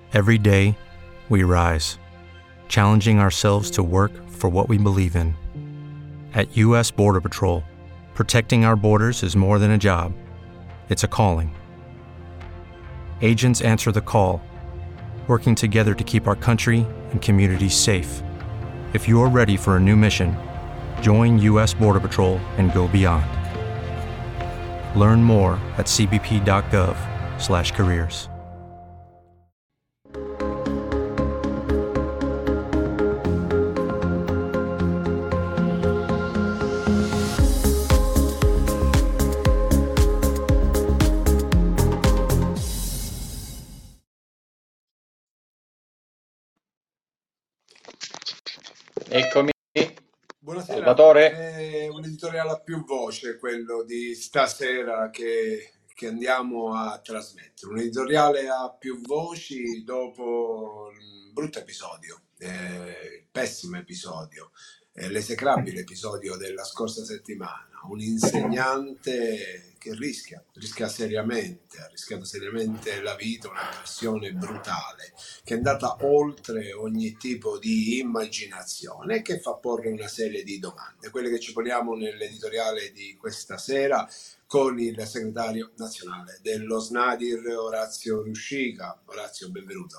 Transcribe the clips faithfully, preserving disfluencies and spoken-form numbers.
Every day, we rise, challenging ourselves to work for what we believe in. At U S Border Patrol, protecting our borders is more than a job. It's a calling. Agents answer the call, working together to keep our country and communities safe. If you're ready for a new mission, join U S Border Patrol and go beyond. Learn more at c b p dot gov slash careers. Eccomi. Buonasera. Salvatore. È un editoriale a più voce quello di stasera che, che andiamo a trasmettere. Un editoriale a più voci dopo un brutto episodio, eh, pessimo episodio, eh, l'esecrabile episodio della scorsa settimana. Un insegnante che rischia, rischia seriamente, ha rischiato seriamente la vita, un'aggressione brutale che è andata oltre ogni tipo di immaginazione e che fa porre una serie di domande, quelle che ci poniamo nell'editoriale di questa sera con il segretario nazionale dello SNADIR, Orazio Ruscica. Orazio, benvenuto.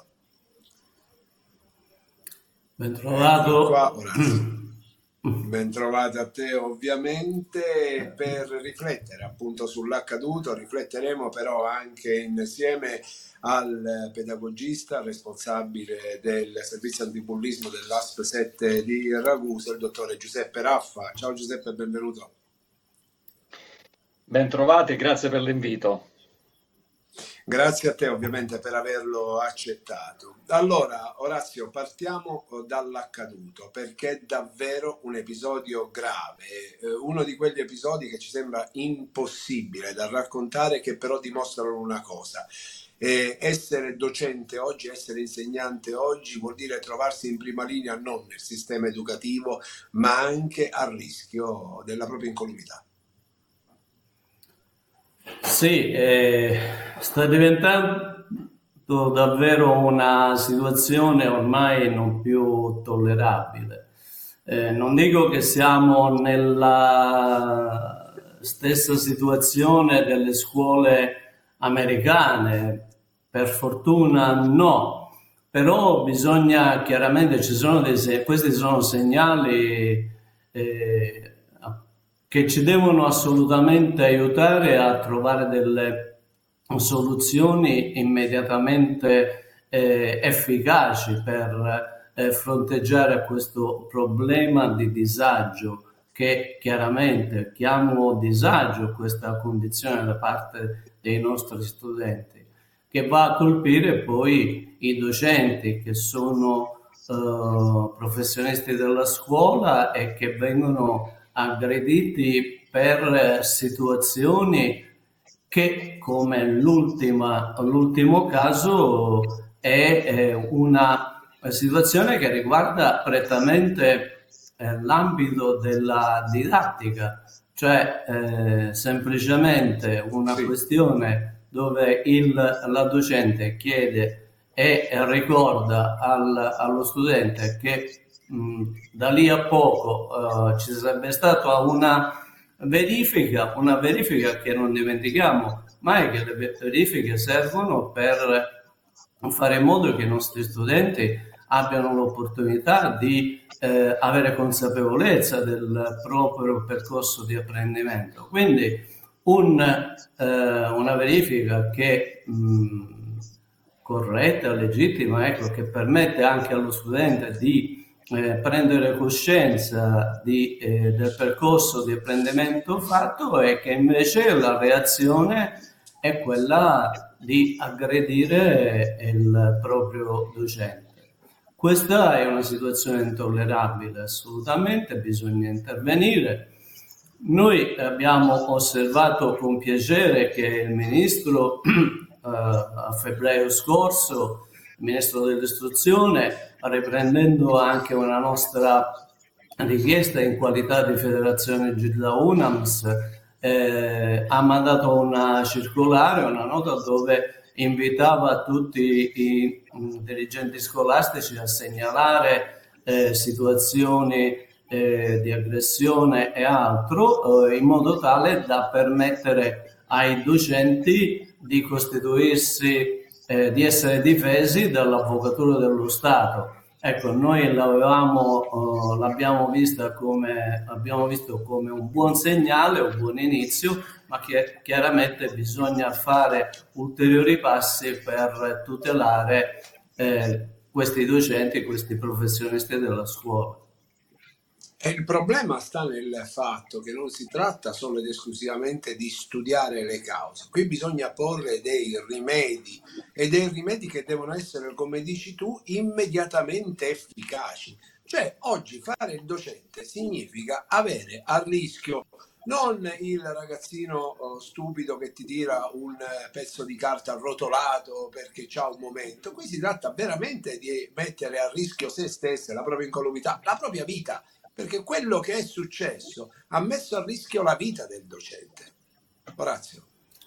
Bentrovato. Qua, Orazio. Ben trovato a te ovviamente per riflettere appunto sull'accaduto. Rifletteremo però anche insieme al pedagogista responsabile del servizio antibullismo dell'A S P sette di Ragusa, il dottore Giuseppe Raffa. Ciao Giuseppe, benvenuto. Ben trovati, grazie per l'invito. Grazie a te ovviamente per averlo accettato. Allora, Orazio, partiamo dall'accaduto, perché è davvero un episodio grave, eh, uno di quegli episodi che ci sembra impossibile da raccontare, che però dimostrano una cosa. Eh, essere docente oggi, essere insegnante oggi vuol dire trovarsi in prima linea non nel sistema educativo, ma anche a rischio della propria incolumità. Sì, eh, sta diventando davvero una situazione ormai non più tollerabile. Eh, non dico che siamo nella stessa situazione delle scuole americane, per fortuna no, però bisogna chiaramente, ci sono dei, questi sono segnali eh, che ci devono assolutamente aiutare a trovare delle soluzioni immediatamente eh, efficaci per eh, fronteggiare a questo problema di disagio, che chiaramente chiamo disagio questa condizione da parte dei nostri studenti, che va a colpire poi i docenti che sono eh, professionisti della scuola e che vengono aggrediti per situazioni che, come l'ultima, l'ultimo caso, è una situazione che riguarda prettamente eh, l'ambito della didattica, cioè eh, semplicemente una sì. questione dove il, la docente chiede e ricorda al, allo studente che da lì a poco uh, ci sarebbe stata una verifica, una verifica che non dimentichiamo mai che le verifiche servono per fare in modo che i nostri studenti abbiano l'opportunità di eh, avere consapevolezza del proprio percorso di apprendimento. Quindi un, eh, una verifica che mh, corretta, legittima, ecco, che permette anche allo studente di Eh, prendere coscienza di, eh, del percorso di apprendimento fatto, e che invece la reazione è quella di aggredire il proprio docente. Questa è una situazione intollerabile, assolutamente, bisogna intervenire. Noi abbiamo osservato con piacere che il Ministro eh, a febbraio scorso, il Ministro dell'Istruzione, riprendendo anche una nostra richiesta in qualità di Federazione Gilda UNAMS, eh, ha mandato una circolare, una nota dove invitava tutti i dirigenti scolastici a segnalare eh, situazioni eh, di aggressione e altro, eh, in modo tale da permettere ai docenti di costituirsi, eh, di essere difesi dall'Avvocatura dello Stato. Ecco, noi l'avevamo, uh, l'abbiamo vista come, abbiamo visto come un buon segnale, un buon inizio, ma che chiaramente bisogna fare ulteriori passi per tutelare eh, questi docenti, questi professionisti della scuola. E il problema sta nel fatto che non si tratta solo ed esclusivamente di studiare le cause, qui bisogna porre dei rimedi e dei rimedi che devono essere, come dici tu, immediatamente efficaci. Cioè oggi fare il docente significa avere a rischio non il ragazzino oh, stupido che ti tira un eh, pezzo di carta arrotolato perché c'ha un momento, qui si tratta veramente di mettere a rischio se stesse, la propria incolumità, la propria vita. Perché quello che è successo ha messo a rischio la vita del docente. Orazio.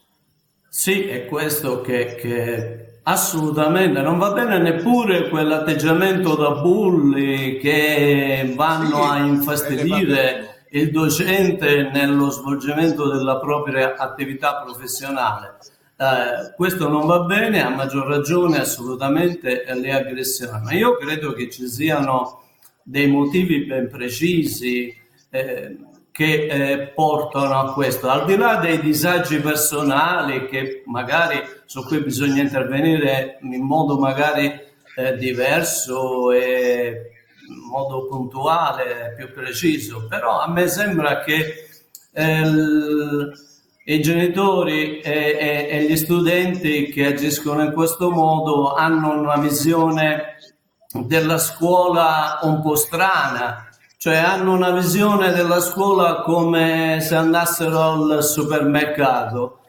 Sì, è questo che, che assolutamente non va bene neppure quell'atteggiamento da bulli che vanno Sì, a infastidire il docente nello svolgimento della propria attività professionale. Eh, questo non va bene, a maggior ragione assolutamente le aggressioni. Ma io credo che ci siano dei motivi ben precisi eh, che eh, portano a questo, al di là dei disagi personali che magari su cui bisogna intervenire in modo magari eh, diverso e in modo puntuale, più preciso, però a me sembra che eh, l- i genitori e, e, e gli studenti che agiscono in questo modo hanno una visione della scuola un po' strana, cioè hanno una visione della scuola come se andassero al supermercato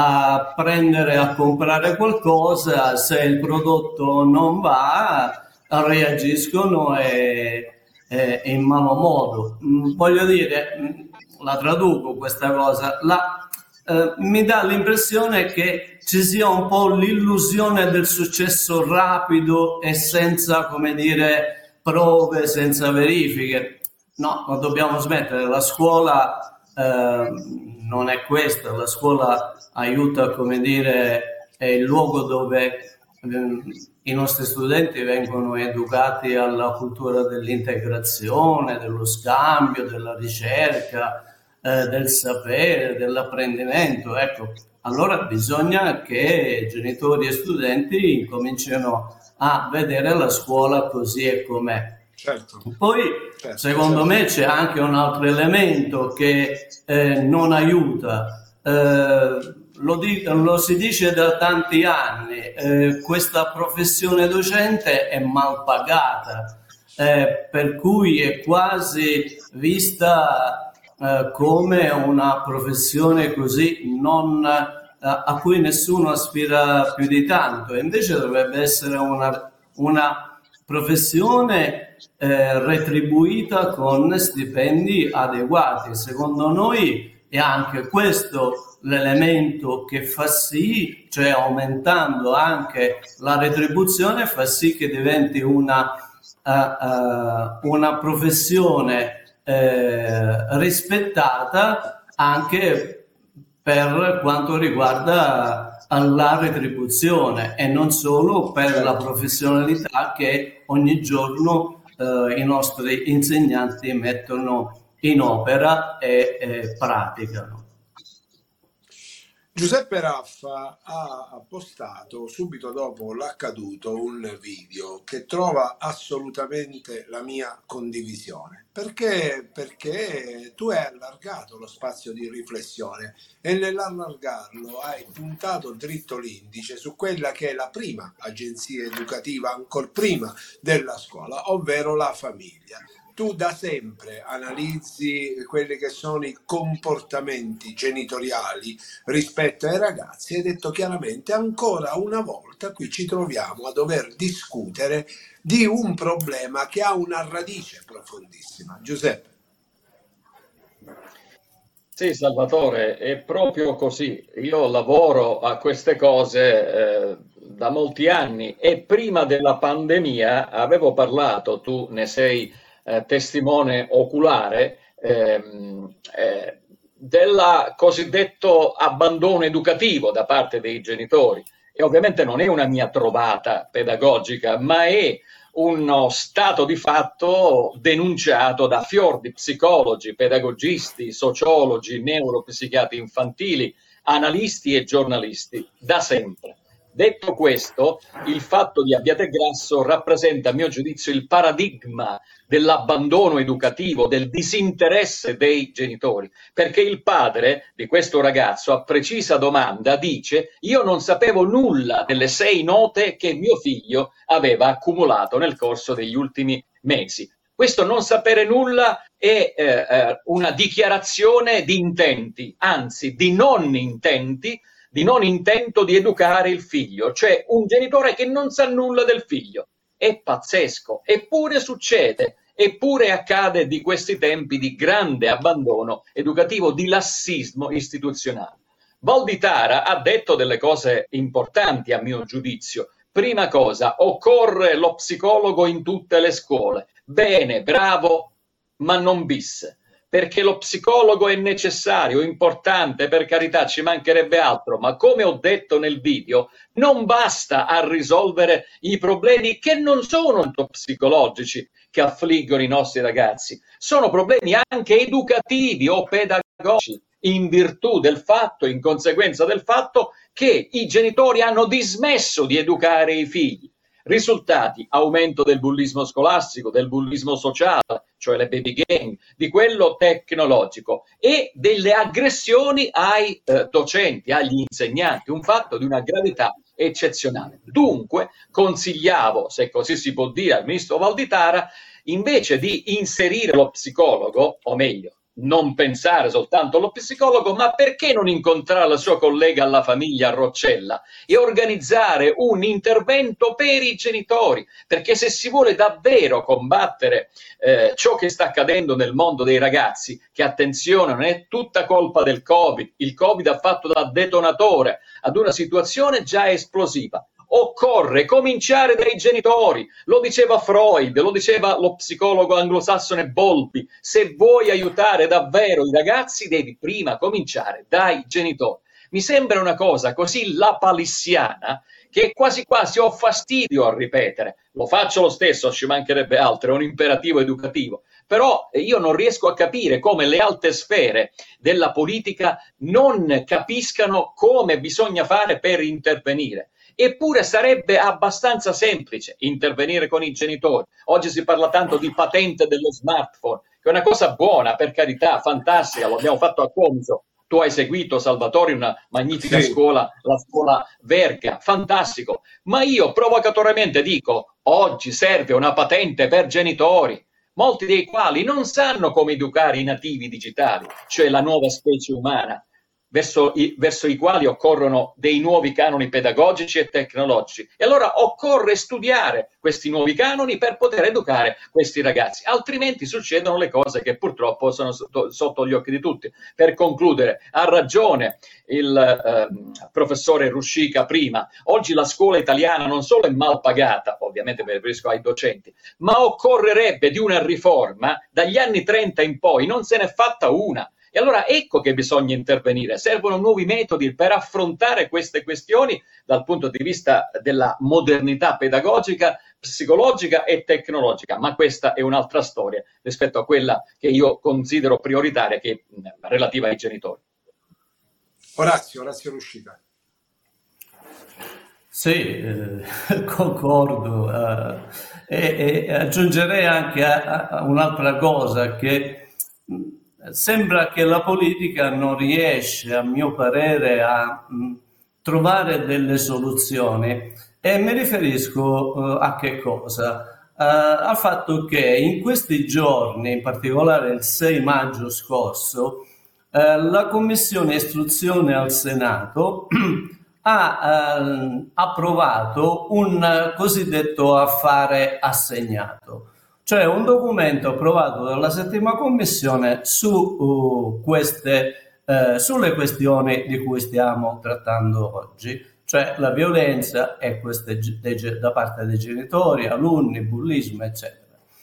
a prendere, a comprare qualcosa, se il prodotto non va reagiscono e, e in malo modo. Voglio dire, la traduco questa cosa, la, eh, mi dà l'impressione che ci sia un po' l'illusione del successo rapido e senza, come dire, prove, senza verifiche. No, non dobbiamo smettere, la scuola eh, non è questa, la scuola aiuta, come dire, è il luogo dove eh, i nostri studenti vengono educati alla cultura dell'integrazione, dello scambio, della ricerca, eh, del sapere, dell'apprendimento, ecco. Allora bisogna che genitori e studenti incominciano a vedere la scuola così e com'è. Certo. Poi, certo, secondo certo. me, c'è anche un altro elemento che eh, non aiuta. Eh, lo, di- lo si dice da tanti anni, eh, questa professione docente è mal pagata, eh, per cui è quasi vista Eh, come una professione così non, eh, a cui nessuno aspira più di tanto, e invece dovrebbe essere una, una professione eh, retribuita con stipendi adeguati. Secondo noi è anche questo l'elemento che fa sì, cioè aumentando anche la retribuzione, fa sì che diventi una, uh, uh, una professione Eh, rispettata anche per quanto riguarda la retribuzione e non solo per la professionalità che ogni giorno eh, i nostri insegnanti mettono in opera e, e praticano. Giuseppe Raffa ha postato subito dopo l'accaduto un video che trova assolutamente la mia condivisione. Perché? Perché tu hai allargato lo spazio di riflessione e nell'allargarlo hai puntato dritto l'indice su quella che è la prima agenzia educativa, ancor prima della scuola, ovvero la famiglia. Tu da sempre analizzi quelli che sono i comportamenti genitoriali rispetto ai ragazzi e hai detto chiaramente ancora una volta qui ci troviamo a dover discutere di un problema che ha una radice profondissima. Giuseppe. Sì, Salvatore, è proprio così. Io lavoro a queste cose eh, da molti anni e prima della pandemia avevo parlato, tu ne sei eh, testimone oculare, ehm, eh, del cosiddetto abbandono educativo da parte dei genitori. E ovviamente non è una mia trovata pedagogica, ma è uno stato di fatto denunciato da fior di psicologi, pedagogisti, sociologi, neuropsichiatri infantili, analisti e giornalisti da sempre. Detto questo, il fatto di Abbiategrasso rappresenta, a mio giudizio, il paradigma dell'abbandono educativo, del disinteresse dei genitori, perché il padre di questo ragazzo, a precisa domanda, dice: io non sapevo nulla delle sei note che mio figlio aveva accumulato nel corso degli ultimi mesi. Questo non sapere nulla è eh, una dichiarazione di intenti, anzi di non intenti, di non intento di educare il figlio, cioè un genitore che non sa nulla del figlio. È pazzesco, eppure succede, eppure accade di questi tempi di grande abbandono educativo, di lassismo istituzionale. Valditara ha detto delle cose importanti a mio giudizio. Prima cosa, occorre lo psicologo in tutte le scuole. Bene, bravo, ma non bis. Perché lo psicologo è necessario, importante, per carità, ci mancherebbe altro, ma come ho detto nel video, non basta a risolvere i problemi che non sono psicologici che affliggono i nostri ragazzi, sono problemi anche educativi o pedagogici, in virtù del fatto, in conseguenza del fatto che i genitori hanno dismesso di educare i figli. Risultati: aumento del bullismo scolastico, del bullismo sociale, cioè le baby gang, di quello tecnologico e delle aggressioni ai eh, docenti, agli insegnanti, un fatto di una gravità eccezionale. Dunque consigliavo, se così si può dire, al ministro Valditara, invece di inserire lo psicologo, o meglio, non pensare soltanto allo psicologo, ma perché non incontrare la sua collega alla famiglia a Roccella e organizzare un intervento per i genitori, perché se si vuole davvero combattere eh, ciò che sta accadendo nel mondo dei ragazzi, che attenzione, non è tutta colpa del Covid, il Covid ha fatto da detonatore ad una situazione già esplosiva. Occorre cominciare dai genitori, lo diceva Freud, lo diceva lo psicologo anglosassone Bowlby: se vuoi aiutare davvero i ragazzi devi prima cominciare dai genitori. Mi sembra una cosa così lapalissiana che quasi quasi ho fastidio a ripetere, lo faccio lo stesso, ci mancherebbe altro, è un imperativo educativo, però io non riesco a capire come le alte sfere della politica non capiscano come bisogna fare per intervenire. Eppure sarebbe abbastanza semplice intervenire con i genitori. Oggi si parla tanto di patente dello smartphone, che è una cosa buona, per carità, fantastica, lo abbiamo fatto a Comiso. Tu hai seguito, Salvatore, una magnifica Sì. scuola, la scuola Verga, fantastico. Ma io provocatoriamente dico, oggi serve una patente per genitori, molti dei quali non sanno come educare i nativi digitali, cioè la nuova specie umana, verso i, verso i quali occorrono dei nuovi canoni pedagogici e tecnologici. E allora occorre studiare questi nuovi canoni per poter educare questi ragazzi, altrimenti succedono le cose che purtroppo sono sotto, sotto gli occhi di tutti. Per concludere, ha ragione il eh, professore Ruscica prima, oggi la scuola italiana non solo è mal pagata, ovviamente mi riferisco ai docenti, ma occorrerebbe di una riforma. Dagli anni trenta in poi non se n'è fatta una. E allora ecco che bisogna intervenire, servono nuovi metodi per affrontare queste questioni dal punto di vista della modernità pedagogica, psicologica e tecnologica, ma questa è un'altra storia rispetto a quella che io considero prioritaria, che è relativa ai genitori. Orazio, Orazio Ruscica. Sì, eh, concordo eh, e, e aggiungerei anche a, a un'altra cosa, che sembra che la politica non riesce, a mio parere, a mh, trovare delle soluzioni, e mi riferisco uh, a che cosa? Uh, al fatto che in questi giorni, in particolare il sei maggio scorso, uh, la Commissione Istruzione al Senato ha uh, approvato un cosiddetto affare assegnato, cioè un documento approvato dalla settima commissione su uh, queste eh, sulle questioni di cui stiamo trattando oggi, cioè la violenza e queste, de, da parte dei genitori, alunni, bullismo, eccetera.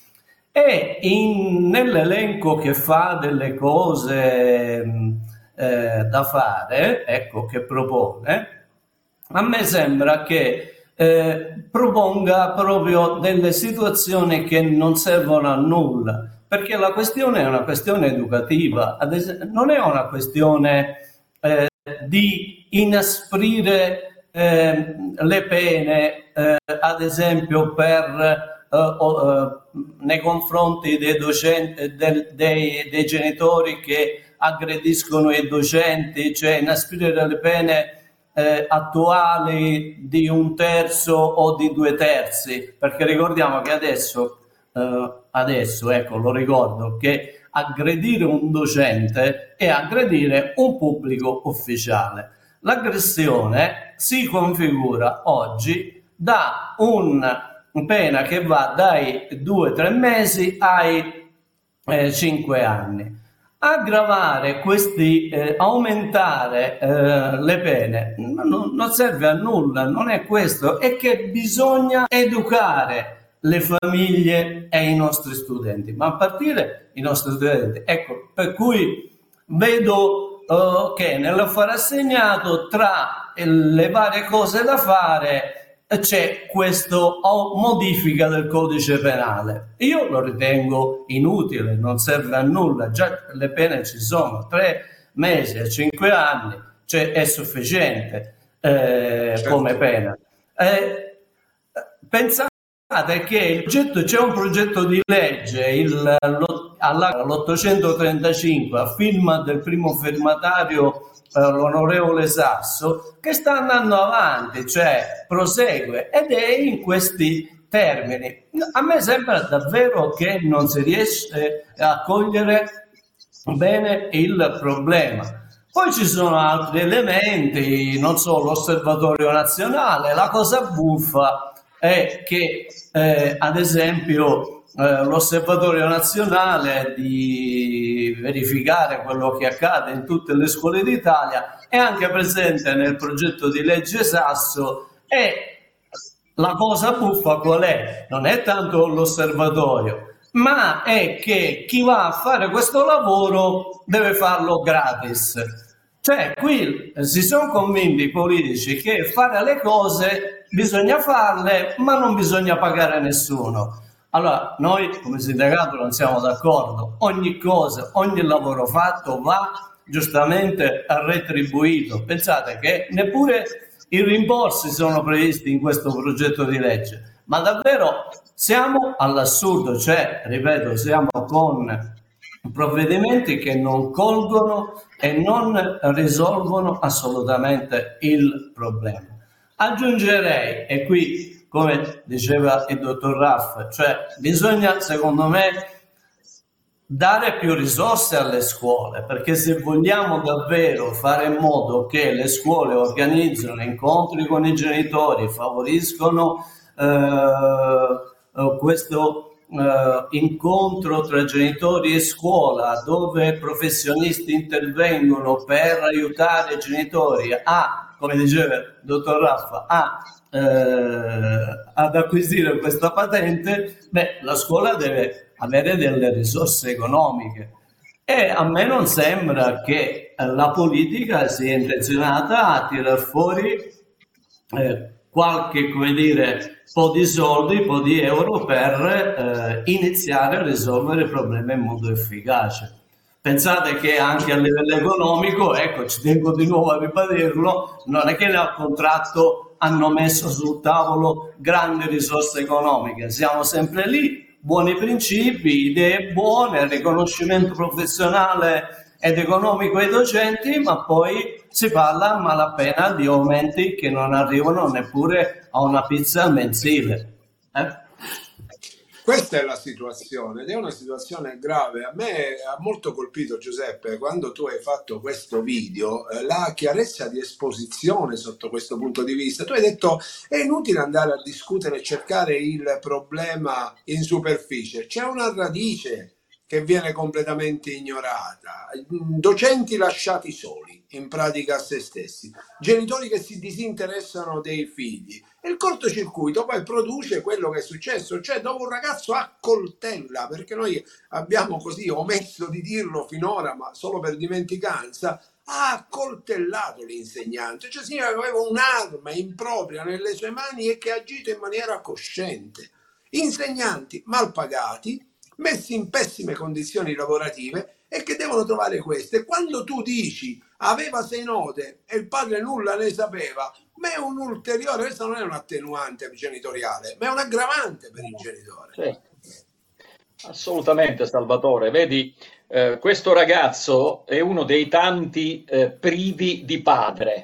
E in, nell'elenco che fa delle cose eh, da fare, ecco, che propone, a me sembra che eh, proponga proprio delle situazioni che non servono a nulla, perché la questione è una questione educativa, ad esempio, non è una questione eh, di inasprire eh, le pene, eh, ad esempio per Uh, uh, nei confronti dei docenti, del, dei, dei genitori che aggrediscono i docenti, cioè inasprire le pene eh, attuali di un terzo o di due terzi, perché ricordiamo che adesso, uh, adesso ecco, lo ricordo, che aggredire un docente è aggredire un pubblico ufficiale. L'aggressione si configura oggi da un pena che va dai due tre mesi ai eh, cinque anni. Aggravare questi, eh, aumentare eh, le pene non, non serve a nulla, non è questo, è che bisogna educare le famiglie e i nostri studenti, ma a partire i nostri studenti. Ecco, per cui vedo uh, che nell'affare assegnato tra le varie cose da fare c'è questa modifica del codice penale. Io lo ritengo inutile, non serve a nulla, già le pene ci sono, tre mesi a cinque anni, cioè è sufficiente eh, certo. come pena. Eh, pensate che il progetto, c'è un progetto di legge, il, l'ottocentotrentacinque, a firma del primo firmatario l'onorevole Sasso, che sta andando avanti, cioè prosegue, ed è in questi termini. A me sembra davvero che non si riesce a cogliere bene il problema. Poi ci sono altri elementi, non so, l'osservatorio nazionale. La cosa buffa è che eh, ad esempio Eh, l'osservatorio nazionale di verificare quello che accade in tutte le scuole d'Italia è anche presente nel progetto di legge Sasso, e la cosa buffa qual è? Non è tanto l'osservatorio, ma è che chi va a fare questo lavoro deve farlo gratis. Cioè qui si sono convinti i politici che fare le cose bisogna farle, ma non bisogna pagare nessuno. Allora, noi come sindacato non siamo d'accordo. Ogni cosa, ogni lavoro fatto va giustamente retribuito. Pensate che neppure i rimborsi sono previsti in questo progetto di legge. Ma davvero siamo all'assurdo, cioè, ripeto, siamo con provvedimenti che non colgono e non risolvono assolutamente il problema. Aggiungerei, e qui come diceva il dottor Raff, cioè bisogna secondo me dare più risorse alle scuole, perché se vogliamo davvero fare in modo che le scuole organizzino incontri con i genitori, favoriscono eh, questo eh, incontro tra genitori e scuola, dove professionisti intervengono per aiutare i genitori a, come diceva il dottor Raffa, a Eh, ad acquisire questa patente, beh, la scuola deve avere delle risorse economiche, e a me non sembra che la politica sia intenzionata a tirar fuori eh, qualche, come dire, po' di soldi, po' di euro per eh, iniziare a risolvere il problema in modo efficace. Pensate che anche a livello economico, ecco, ci tengo di nuovo a ribadirlo, non è che nel contratto hanno messo sul tavolo grandi risorse economiche, siamo sempre lì, buoni principi, idee buone, riconoscimento professionale ed economico ai docenti, ma poi si parla a malapena di aumenti che non arrivano neppure a una pizza mensile. Eh? Questa è la situazione, ed è una situazione grave. A me ha molto colpito, Giuseppe, quando tu hai fatto questo video, eh, la chiarezza di esposizione sotto questo punto di vista. Tu hai detto è inutile andare a discutere e cercare il problema in superficie, c'è una radice che viene completamente ignorata, docenti lasciati soli, in pratica a se stessi, genitori che si disinteressano dei figli. E il cortocircuito poi produce quello che è successo, cioè dopo un ragazzo accoltella, perché noi abbiamo così omesso di dirlo finora, ma solo per dimenticanza, ha accoltellato l'insegnante, cioè significa che aveva un'arma impropria nelle sue mani e che ha agito in maniera cosciente. Insegnanti mal pagati, messi in pessime condizioni lavorative e che devono trovare queste. Quando tu dici aveva sei note e il padre nulla ne sapeva, ma è un ulteriore, questo non è un attenuante genitoriale, ma è un aggravante per il genitore. Certo. Assolutamente, Salvatore. Vedi, eh, questo ragazzo è uno dei tanti eh, privi di padre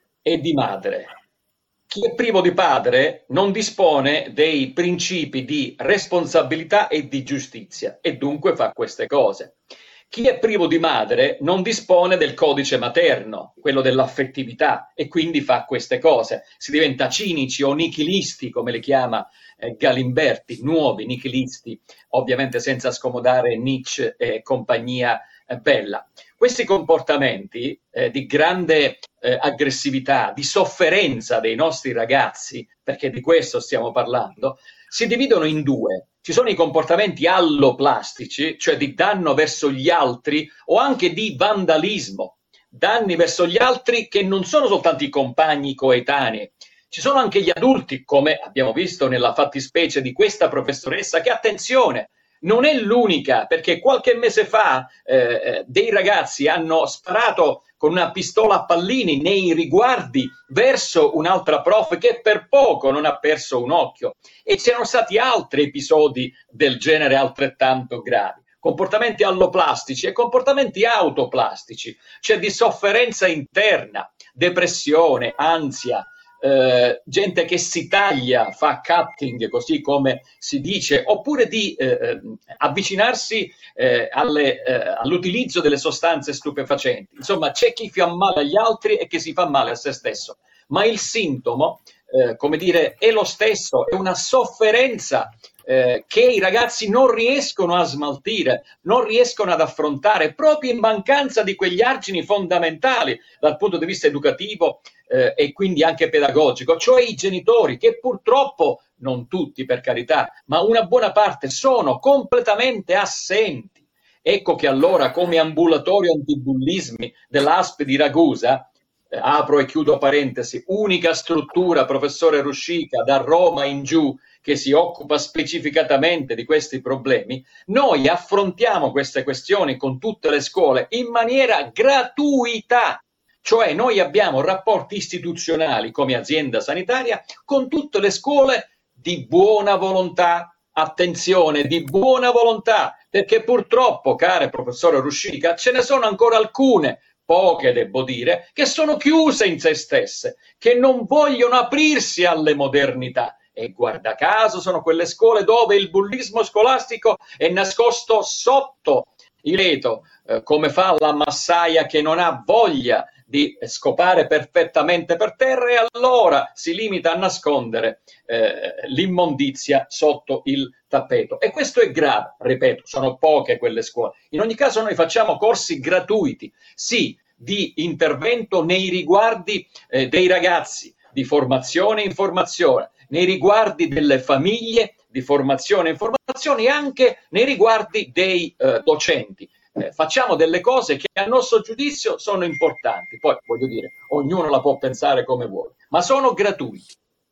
e di madre. Chi è privo di padre non dispone dei principi di responsabilità e di giustizia e dunque fa queste cose. Chi è privo di madre non dispone del codice materno, quello dell'affettività, e quindi fa queste cose. Si diventa cinici o nichilisti, come li chiama eh, Galimberti, nuovi nichilisti, ovviamente senza scomodare Nietzsche e compagnia eh, bella. Questi comportamenti eh, di grande eh, aggressività, di sofferenza dei nostri ragazzi, perché di questo stiamo parlando, si dividono in due. Ci sono i comportamenti alloplastici, cioè di danno verso gli altri o anche di vandalismo, danni verso gli altri che non sono soltanto i compagni coetanei, ci sono anche gli adulti, come abbiamo visto nella fattispecie di questa professoressa, che attenzione, non è l'unica, perché qualche mese fa eh, dei ragazzi hanno sparato con una pistola a pallini nei riguardi verso un'altra prof che per poco non ha perso un occhio, e c'erano stati altri episodi del genere altrettanto gravi. Comportamenti alloplastici e comportamenti autoplastici, cioè di sofferenza interna, depressione, ansia, eh, gente che si taglia, fa cutting, così come si dice, oppure di eh, avvicinarsi eh, alle, eh, all'utilizzo delle sostanze stupefacenti. Insomma, c'è chi fa male agli altri e chi si fa male a se stesso, ma il sintomo, eh, come dire, è lo stesso, è una sofferenza Eh, che i ragazzi non riescono a smaltire, non riescono ad affrontare, proprio in mancanza di quegli argini fondamentali dal punto di vista educativo eh, e quindi anche pedagogico, cioè i genitori, che purtroppo, non tutti per carità, ma una buona parte sono completamente assenti. Ecco che allora, come ambulatorio antibullismi dell'A S P di Ragusa, eh, apro e chiudo parentesi, unica struttura, professore Ruscica, da Roma in giù, che si occupa specificatamente di questi problemi, noi affrontiamo queste questioni con tutte le scuole in maniera gratuita, cioè noi abbiamo rapporti istituzionali come azienda sanitaria con tutte le scuole di buona volontà, attenzione, di buona volontà, perché purtroppo, care professore Ruscica, ce ne sono ancora alcune, poche devo dire, che sono chiuse in se stesse, che non vogliono aprirsi alle modernità. E guarda caso sono quelle scuole dove il bullismo scolastico è nascosto sotto il leto, eh, come fa la massaia che non ha voglia di scopare perfettamente per terra, e allora si limita a nascondere eh, l'immondizia sotto il tappeto. E questo è grave, ripeto, sono poche quelle scuole. In ogni caso noi facciamo corsi gratuiti, sì, di intervento nei riguardi eh, dei ragazzi, di formazione e informazione, nei riguardi delle famiglie, di formazione e informazione, e anche nei riguardi dei eh, docenti. Eh, facciamo delle cose che a nostro giudizio sono importanti, poi voglio dire, ognuno la può pensare come vuole, ma sono gratuiti.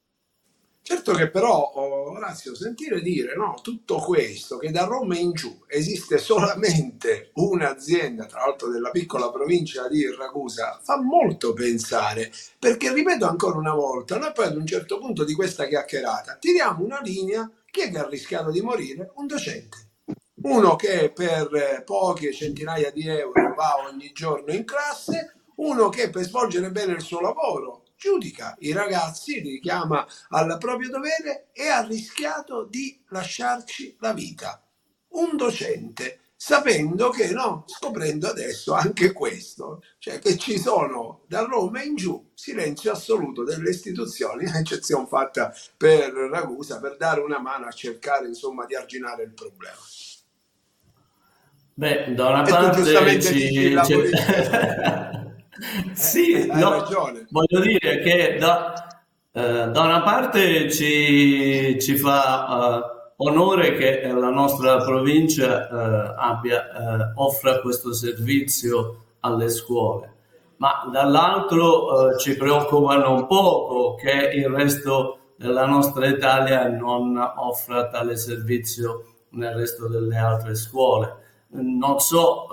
Certo che però, Orazio, sentire dire no, tutto questo, che da Roma in giù esiste solamente un'azienda, tra l'altro della piccola provincia di Ragusa, fa molto pensare, perché ripeto ancora una volta, noi poi ad un certo punto di questa chiacchierata tiriamo una linea: chi è che ha rischiato di morire? Un docente. Uno che per poche centinaia di euro va ogni giorno in classe, uno che per svolgere bene il suo lavoro giudica i ragazzi, li chiama al proprio dovere e ha rischiato di lasciarci la vita. Un docente, sapendo che, no, scoprendo adesso anche questo, cioè che ci sono da Roma in giù silenzio assoluto delle istituzioni, eccezione fatta per Ragusa, per dare una mano a cercare insomma di arginare il problema. Beh, da una E tu parte giustamente ci... dici la ci- politica. Sì, Eh, hai no, ragione. voglio dire che da, eh, da una parte ci, ci fa eh, onore che eh, la nostra provincia eh, abbia, eh, offra questo servizio alle scuole, ma dall'altro eh, ci preoccupano un poco che il resto della nostra Italia non offra tale servizio nel resto delle altre scuole. Non so,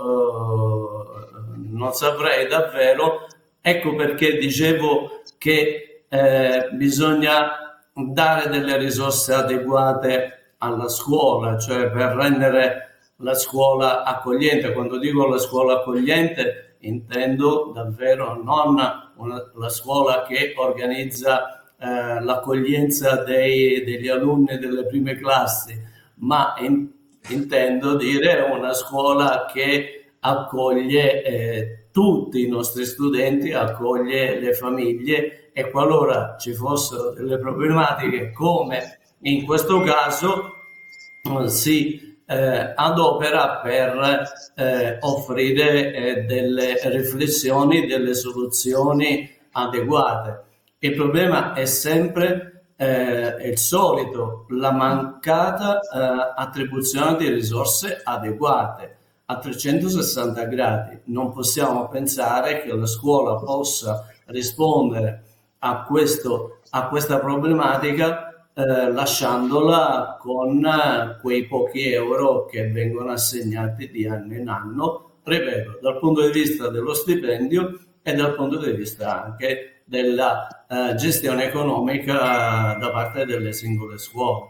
eh, non saprei davvero, ecco perché dicevo che eh, bisogna dare delle risorse adeguate alla scuola, cioè per rendere la scuola accogliente. Quando dico la scuola accogliente intendo davvero non una, la scuola che organizza eh, l'accoglienza dei, degli alunni delle prime classi, ma in, intendo dire una scuola che accoglie eh, tutti i nostri studenti, accoglie le famiglie, e qualora ci fossero delle problematiche come in questo caso eh, si eh, adopera per eh, offrire eh, delle riflessioni, delle soluzioni adeguate. Il problema è sempre eh, è il solito, la mancata eh, attribuzione di risorse adeguate a trecentosessanta gradi. Non possiamo pensare che la scuola possa rispondere a, questo, a questa problematica eh, lasciandola con eh, quei pochi euro che vengono assegnati di anno in anno, ripeto, dal punto di vista dello stipendio e dal punto di vista anche della eh, gestione economica da parte delle singole scuole.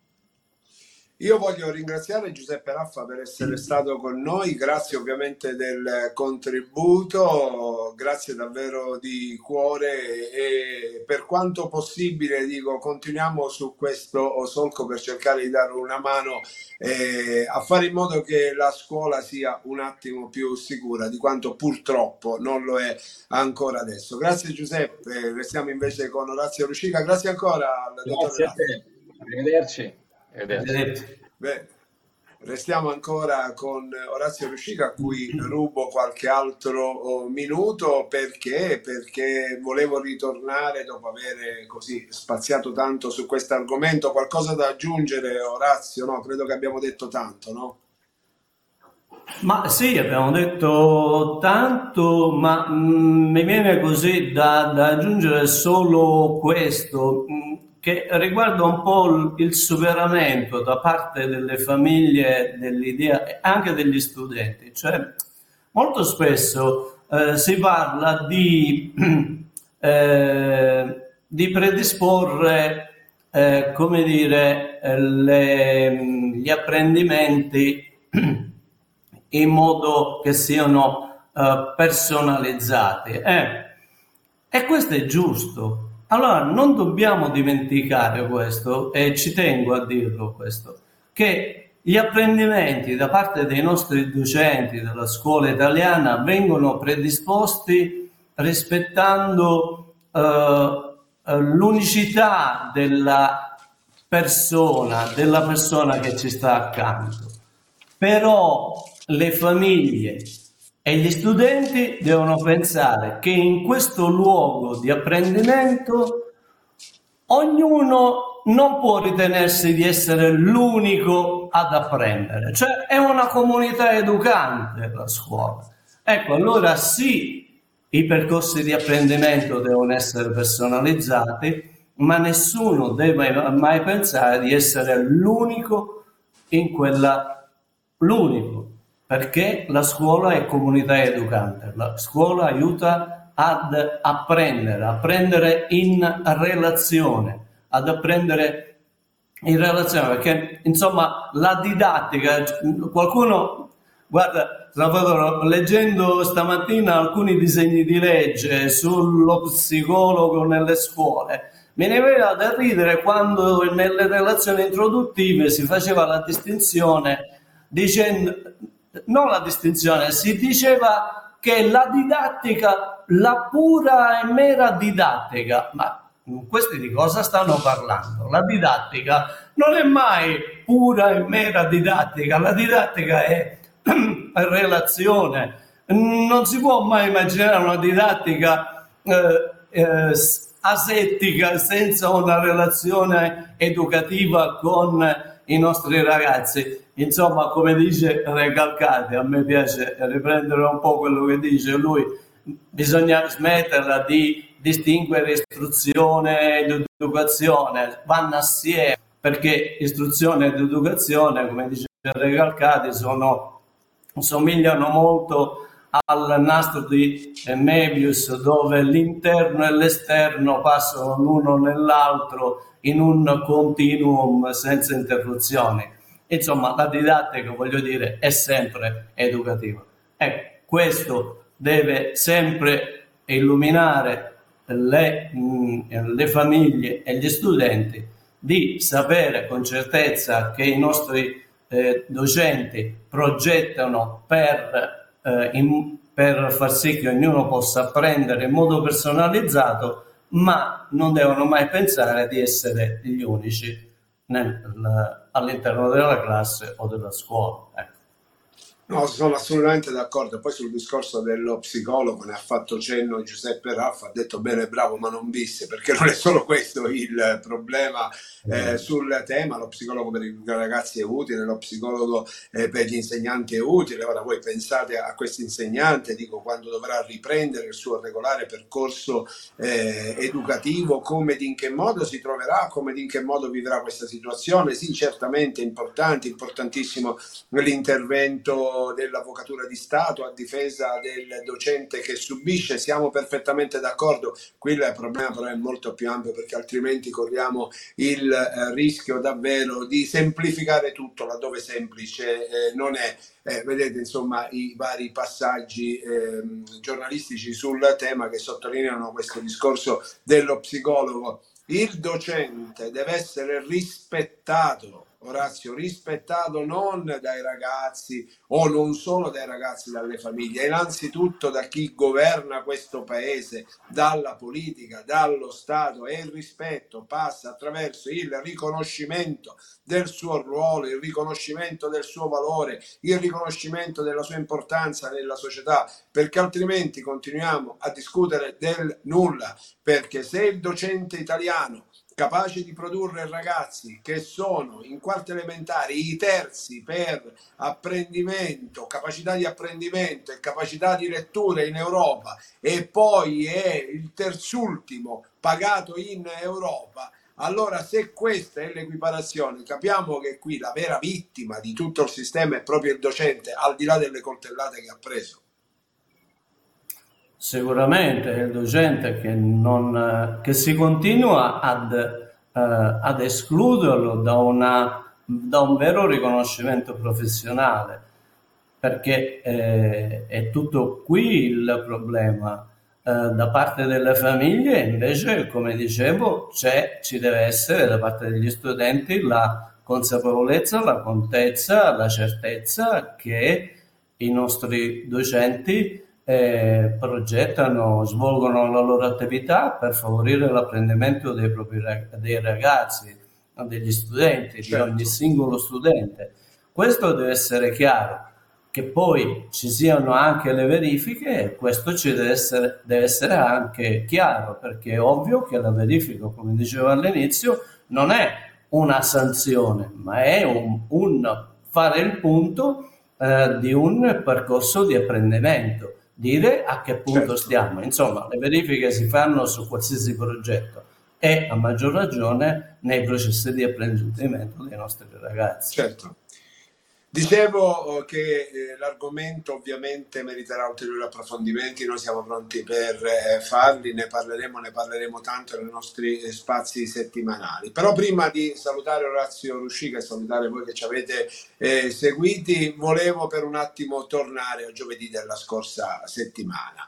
Io voglio ringraziare Giuseppe Raffa per essere stato con noi, grazie ovviamente del contributo, grazie davvero di cuore, e per quanto possibile dico continuiamo su questo solco per cercare di dare una mano eh, a fare in modo che la scuola sia un attimo più sicura di quanto purtroppo non lo è ancora adesso. Grazie Giuseppe, restiamo invece con Orazio Ruscica, grazie ancora al dottor Grazie a te, arrivederci. Arrivederci. Beh, restiamo ancora con Orazio Ruscica, a cui rubo qualche altro minuto perché, perché volevo ritornare dopo aver così spaziato tanto su questo argomento. Qualcosa da aggiungere, Orazio? No, credo che abbiamo detto tanto, no? Ma sì, abbiamo detto tanto, ma mh, mi viene così da, da aggiungere solo questo, mh, che riguarda un po' il, il superamento da parte delle famiglie dell'idea e anche degli studenti. Cioè, molto spesso eh, si parla di, eh, di predisporre, eh, come dire, le, gli apprendimenti in modo che siano uh, personalizzati. Eh, e questo è giusto. Allora non dobbiamo dimenticare questo, e ci tengo a dirlo questo, che gli apprendimenti da parte dei nostri docenti della scuola italiana vengono predisposti rispettando uh, l'unicità della persona, della persona che ci sta accanto. Però le famiglie e gli studenti devono pensare che in questo luogo di apprendimento ognuno non può ritenersi di essere l'unico ad apprendere, cioè è una comunità educante la scuola. Ecco, allora sì, i percorsi di apprendimento devono essere personalizzati, ma nessuno deve mai pensare di essere l'unico in quella l'unico, perché la scuola è comunità educante, la scuola aiuta ad apprendere, apprendere in relazione, ad apprendere in relazione, perché insomma la didattica, qualcuno, guarda, Salvatore, leggendo stamattina alcuni disegni di legge sullo psicologo nelle scuole, me ne veniva da ridere quando nelle relazioni introduttive si faceva la distinzione dicendo, non la distinzione, si diceva che la didattica, la pura e mera didattica, ma questi di cosa stanno parlando? La didattica non è mai pura e mera didattica, la didattica è relazione. Non si può mai immaginare una didattica eh, eh, asettica senza una relazione educativa con i nostri ragazzi. Insomma, come dice Recalcati, a me piace riprendere un po' quello che dice lui, bisogna smetterla di distinguere istruzione ed educazione, vanno assieme, perché istruzione ed educazione, come dice Recalcati, sono, somigliano molto al nastro di Möbius, dove l'interno e l'esterno passano l'uno nell'altro in un continuum senza interruzioni. Insomma, la didattica, voglio dire, è sempre educativa. Ecco, questo deve sempre illuminare le, mh, le famiglie e gli studenti, di sapere con certezza che i nostri eh, docenti progettano per, eh, in, per far sì che ognuno possa apprendere in modo personalizzato, ma non devono mai pensare di essere gli unici nel, all'interno della classe o della scuola. Ecco. No, sono assolutamente d'accordo. Poi sul discorso dello psicologo ne ha fatto cenno Giuseppe Raffa, ha detto bene, bravo, ma non visse, perché non è solo questo il problema eh, sul tema. Lo psicologo per i ragazzi è utile, lo psicologo eh, per gli insegnanti è utile. Ora voi pensate a questo insegnante, dico, quando dovrà riprendere il suo regolare percorso eh, educativo, come ed in che modo si troverà, come ed in che modo vivrà questa situazione. Sì, certamente importante, importantissimo l'intervento dell'Avvocatura di Stato a difesa del docente che subisce, siamo perfettamente d'accordo. Qui il problema però è molto più ampio, perché altrimenti corriamo il eh, rischio davvero di semplificare tutto laddove semplice eh, non è. Eh, vedete insomma i vari passaggi eh, giornalistici sul tema che sottolineano questo discorso dello psicologo. Il docente deve essere rispettato, Orazio, rispettato non dai ragazzi o non solo dai ragazzi, dalle famiglie, innanzitutto da chi governa questo paese, dalla politica, dallo Stato, e il rispetto passa attraverso il riconoscimento del suo ruolo, il riconoscimento del suo valore, il riconoscimento della sua importanza nella società, perché altrimenti continuiamo a discutere del nulla, perché se il docente italiano capace di produrre ragazzi che sono in quarta elementare i terzi per apprendimento, capacità di apprendimento e capacità di lettura in Europa, e poi è il terzultimo pagato in Europa, allora se questa è l'equiparazione, capiamo che qui la vera vittima di tutto il sistema è proprio il docente, al di là delle coltellate che ha preso. Sicuramente è il docente che, non, che si continua ad, eh, ad escluderlo da, una, da un vero riconoscimento professionale, perché eh, è tutto qui il problema. Eh, da parte delle famiglie invece, come dicevo, c'è, ci deve essere da parte degli studenti la consapevolezza, la contezza, la certezza che i nostri docenti Eh, progettano, svolgono la loro attività per favorire l'apprendimento dei propri dei ragazzi, degli studenti, certo, di ogni singolo studente. Questo deve essere chiaro. Che poi ci siano anche le verifiche, questo ci deve essere, deve essere anche chiaro, perché è ovvio che la verifica, come dicevo all'inizio, non è una sanzione, ma è un, un fare il punto eh, di un percorso di apprendimento, dire a che punto certo. stiamo. Insomma, le verifiche si fanno su qualsiasi progetto e a maggior ragione nei processi di apprendimento dei nostri ragazzi. Certo. Dicevo che eh, l'argomento ovviamente meriterà ulteriori approfondimenti, noi siamo pronti per eh, farli, ne parleremo, ne parleremo tanto nei nostri eh, spazi settimanali. Però prima di salutare Orazio Ruscica e salutare voi che ci avete eh, seguiti, volevo per un attimo tornare a giovedì della scorsa settimana,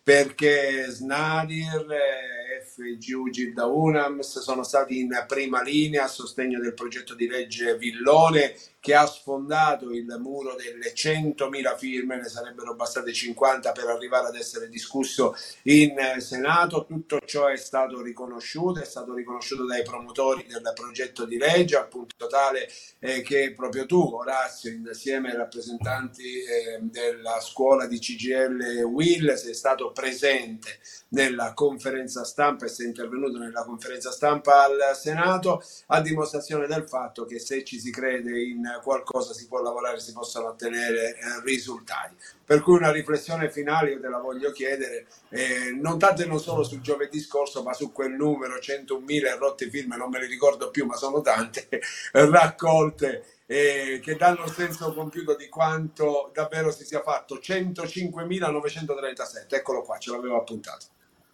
perché Snadir, F G U Gilda UNAMS sono stati in prima linea a sostegno del progetto di legge Villone, che ha sfondato il muro delle centomila firme, ne sarebbero bastate cinquanta per arrivare ad essere discusso in Senato. Tutto ciò è stato riconosciuto, è stato riconosciuto dai promotori del progetto di legge, al punto tale eh, che proprio tu, Orazio, insieme ai rappresentanti eh, della scuola di C G I L e U I L, sei stato presente nella conferenza stampa e sei intervenuto nella conferenza stampa al Senato, a dimostrazione del fatto che se ci si crede in qualcosa si può lavorare, si possono ottenere eh, risultati. Per cui una riflessione finale io te la voglio chiedere, eh, non tanto e non solo sul giovedì scorso, ma su quel numero centomila rotte firme, non me le ricordo più, ma sono tante, raccolte, eh, che danno il senso compiuto di quanto davvero si sia fatto. centocinquemilanovecentotrentasette, eccolo qua, ce l'avevo appuntato.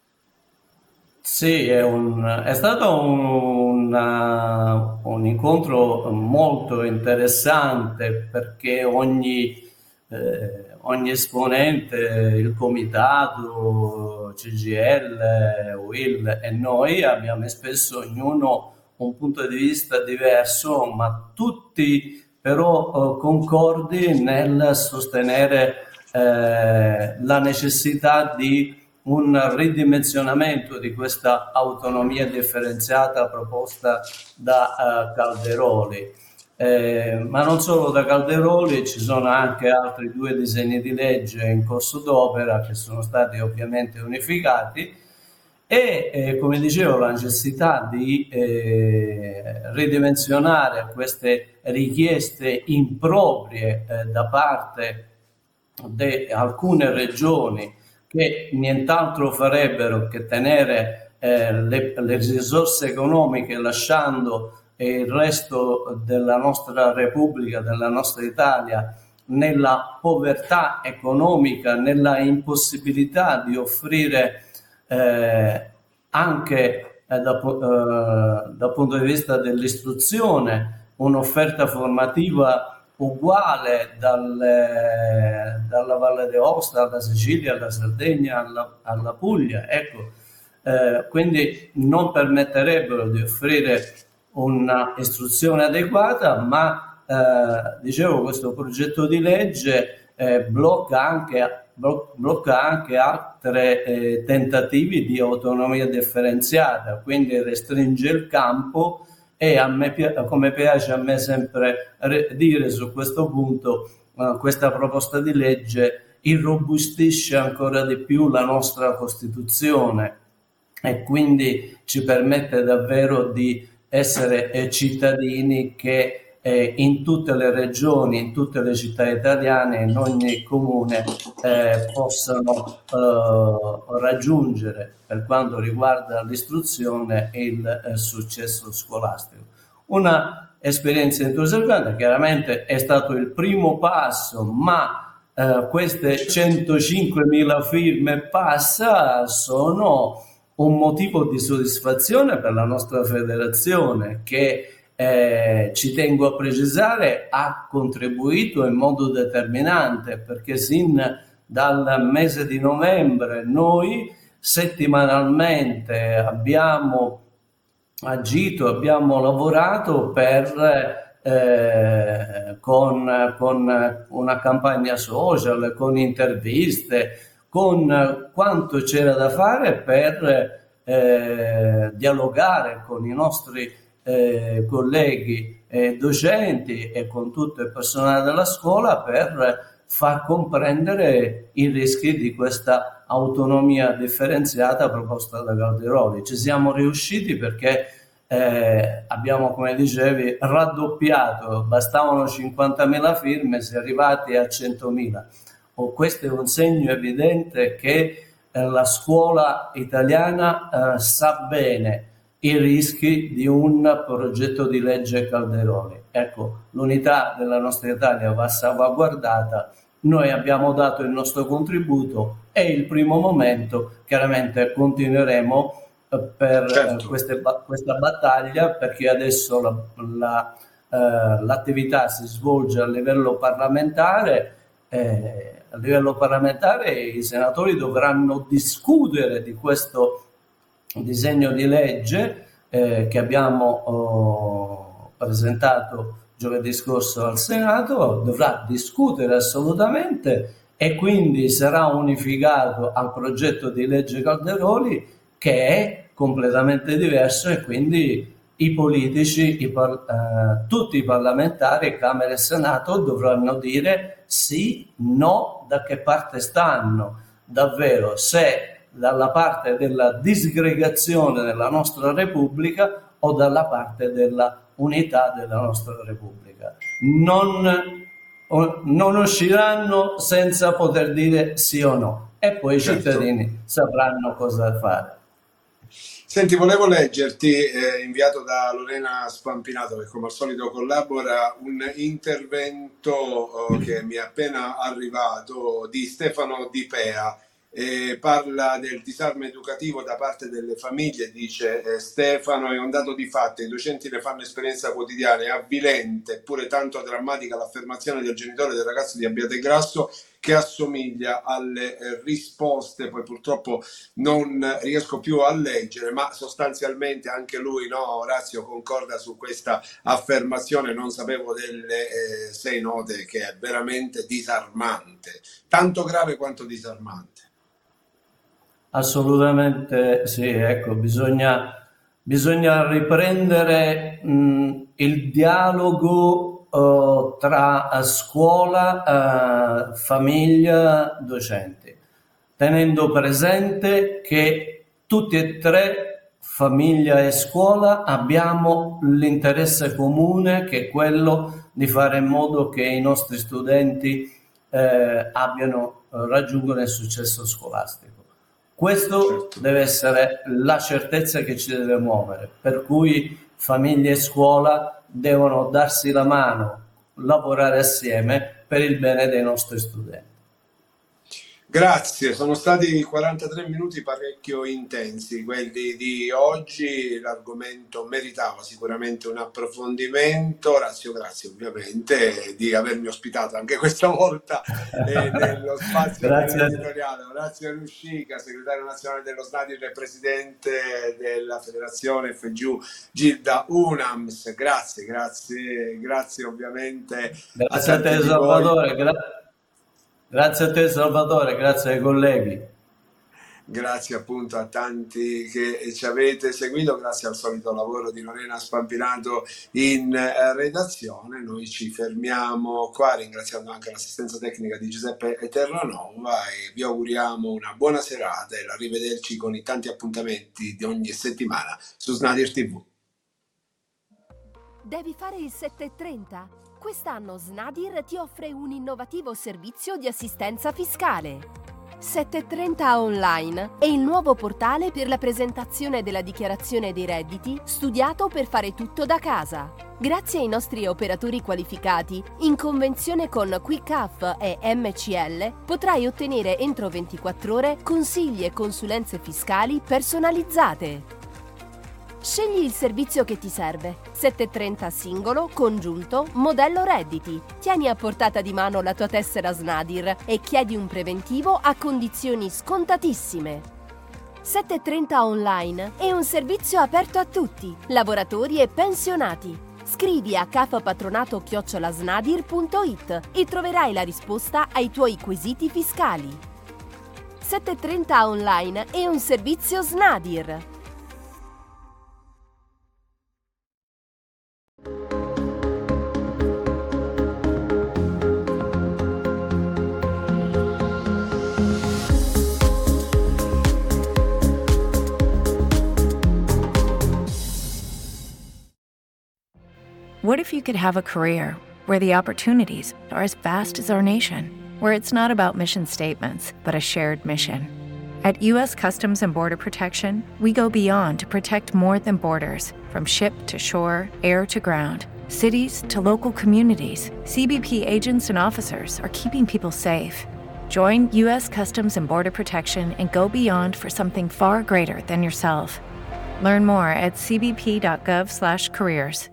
Sì, è, un, è stato un, un, un incontro molto interessante, perché ogni, eh, ogni esponente, il comitato, C G I L, U I L e noi abbiamo espresso ognuno un punto di vista diverso, ma tutti però eh, concordi nel sostenere eh, la necessità di un ridimensionamento di questa autonomia differenziata proposta da uh, Calderoli. Eh, ma non solo da Calderoli, ci sono anche altri due disegni di legge in corso d'opera che sono stati ovviamente unificati e, eh, come dicevo, la necessità di eh, ridimensionare queste richieste improprie eh, da parte di alcune regioni, che nient'altro farebbero che tenere eh, le, le risorse economiche, lasciando eh, il resto della nostra Repubblica, della nostra Italia, nella povertà economica, nella impossibilità di offrire eh, anche eh, da, eh, dal punto di vista dell'istruzione un'offerta formativa uguale dalle, dalla Valle d'Aosta alla Sicilia, alla Sardegna, alla, alla Puglia, ecco, eh, quindi non permetterebbero di offrire una istruzione adeguata, ma eh, dicevo, questo progetto di legge eh, blocca anche blo- blocca anche altri eh, tentativi di autonomia differenziata, quindi restringe il campo. E a me, come piace a me sempre dire su questo punto, uh, questa proposta di legge irrobustisce ancora di più la nostra Costituzione e quindi ci permette davvero di essere eh, cittadini che eh, in tutte le regioni, in tutte le città italiane, in ogni comune eh, possano eh, raggiungere, per quanto riguarda l'istruzione, il eh, successo scolastico. Una esperienza entusiasmante, chiaramente è stato il primo passo, ma eh, queste centocinquemila firme passa sono un motivo di soddisfazione per la nostra federazione, che Eh, ci tengo a precisare ha contribuito in modo determinante, perché sin dal mese di novembre noi settimanalmente abbiamo agito, abbiamo lavorato per eh, con, con una campagna social, con interviste, con quanto c'era da fare per eh, dialogare con i nostri Eh, colleghi eh, docenti e con tutto il personale della scuola, per far comprendere i rischi di questa autonomia differenziata proposta da Calderoli. Ci siamo riusciti perché eh, abbiamo, come dicevi, raddoppiato, bastavano cinquantamila firme, si è arrivati a centomila. Oh, questo è un segno evidente che eh, la scuola italiana eh, sa bene i rischi di un progetto di legge Calderoli. Ecco, l'unità della nostra Italia va salvaguardata, noi abbiamo dato il nostro contributo, è il primo momento, chiaramente continueremo eh, per certo. eh, queste, questa battaglia, perché adesso la, la, eh, l'attività si svolge a livello parlamentare, eh, a livello parlamentare i senatori dovranno discutere di questo disegno di legge eh, che abbiamo oh, presentato giovedì scorso al Senato, dovrà discutere assolutamente e quindi sarà unificato al progetto di legge Calderoli, che è completamente diverso, e quindi i politici, i par- eh, tutti i parlamentari, Camera e Senato, dovranno dire sì, no, da che parte stanno, davvero, se dalla parte della disgregazione della nostra Repubblica o dalla parte della unità della nostra Repubblica. Non, non usciranno senza poter dire sì o no, e poi i certo. cittadini sapranno cosa fare. Senti, volevo leggerti, eh, inviato da Lorena Spampinato, che come al solito collabora, un intervento eh, che mi è appena arrivato di Stefano Di Pea. Eh, parla del disarmo educativo da parte delle famiglie, dice eh, Stefano: è un dato di fatto, i docenti ne fanno esperienza quotidiana, è avvilente eppure tanto drammatica l'affermazione del genitore del ragazzo di Abbiategrasso che assomiglia alle eh, risposte, poi purtroppo non riesco più a leggere, ma sostanzialmente anche lui, no, Orazio, concorda su questa affermazione. Non sapevo delle eh, sei note, che è veramente disarmante, tanto grave quanto disarmante. Assolutamente sì, ecco, bisogna, bisogna riprendere mh, il dialogo uh, tra scuola, uh, famiglia, docenti, tenendo presente che tutti e tre, famiglia e scuola, abbiamo l'interesse comune, che è quello di fare in modo che i nostri studenti eh, abbiano, raggiungano il successo scolastico. Questo certo. deve essere la certezza che ci deve muovere, per cui famiglia e scuola devono darsi la mano, lavorare assieme per il bene dei nostri studenti. Grazie, sono stati quarantatré minuti parecchio intensi quelli di oggi, l'argomento meritava sicuramente un approfondimento. Orazio, grazie ovviamente di avermi ospitato anche questa volta eh, nello spazio editoriale. Orazio Ruscica, segretario nazionale dello SNADIR e presidente della Federazione F G U Gilda Unams, grazie, grazie, grazie ovviamente. Grazie a, a te Salvatore, grazie. Grazie a te Salvatore, grazie ai colleghi. Grazie appunto a tanti che ci avete seguito, grazie al solito lavoro di Lorena Spampinato in redazione. Noi ci fermiamo qua, ringraziando anche l'assistenza tecnica di Giuseppe Terranova, e vi auguriamo una buona serata e arrivederci con i tanti appuntamenti di ogni settimana su SNADIR tivù. Devi fare il sette e trenta? Quest'anno SNADIR ti offre un innovativo servizio di assistenza fiscale. sette e trenta Online è il nuovo portale per la presentazione della dichiarazione dei redditi, studiato per fare tutto da casa. Grazie ai nostri operatori qualificati, in convenzione con QuickHub e M C L, potrai ottenere entro ventiquattro ore consigli e consulenze fiscali personalizzate. Scegli il servizio che ti serve. sette e trenta singolo, congiunto, modello redditi. Tieni a portata di mano la tua tessera SNADIR e chiedi un preventivo a condizioni scontatissime. sette e trenta Online è un servizio aperto a tutti, lavoratori e pensionati. Scrivi a cafopatronato chiocciola snadir punto it e troverai la risposta ai tuoi quesiti fiscali. sette e trenta Online è un servizio SNADIR. What if you could have a career where the opportunities are as vast as our nation, where it's not about mission statements, but a shared mission? At U S Customs and Border Protection, we go beyond to protect more than borders, from ship to shore, air to ground, cities to local communities. C B P agents and officers are keeping people safe. Join U S Customs and Border Protection and go beyond for something far greater than yourself. Learn more at c b p dot gov slash careers.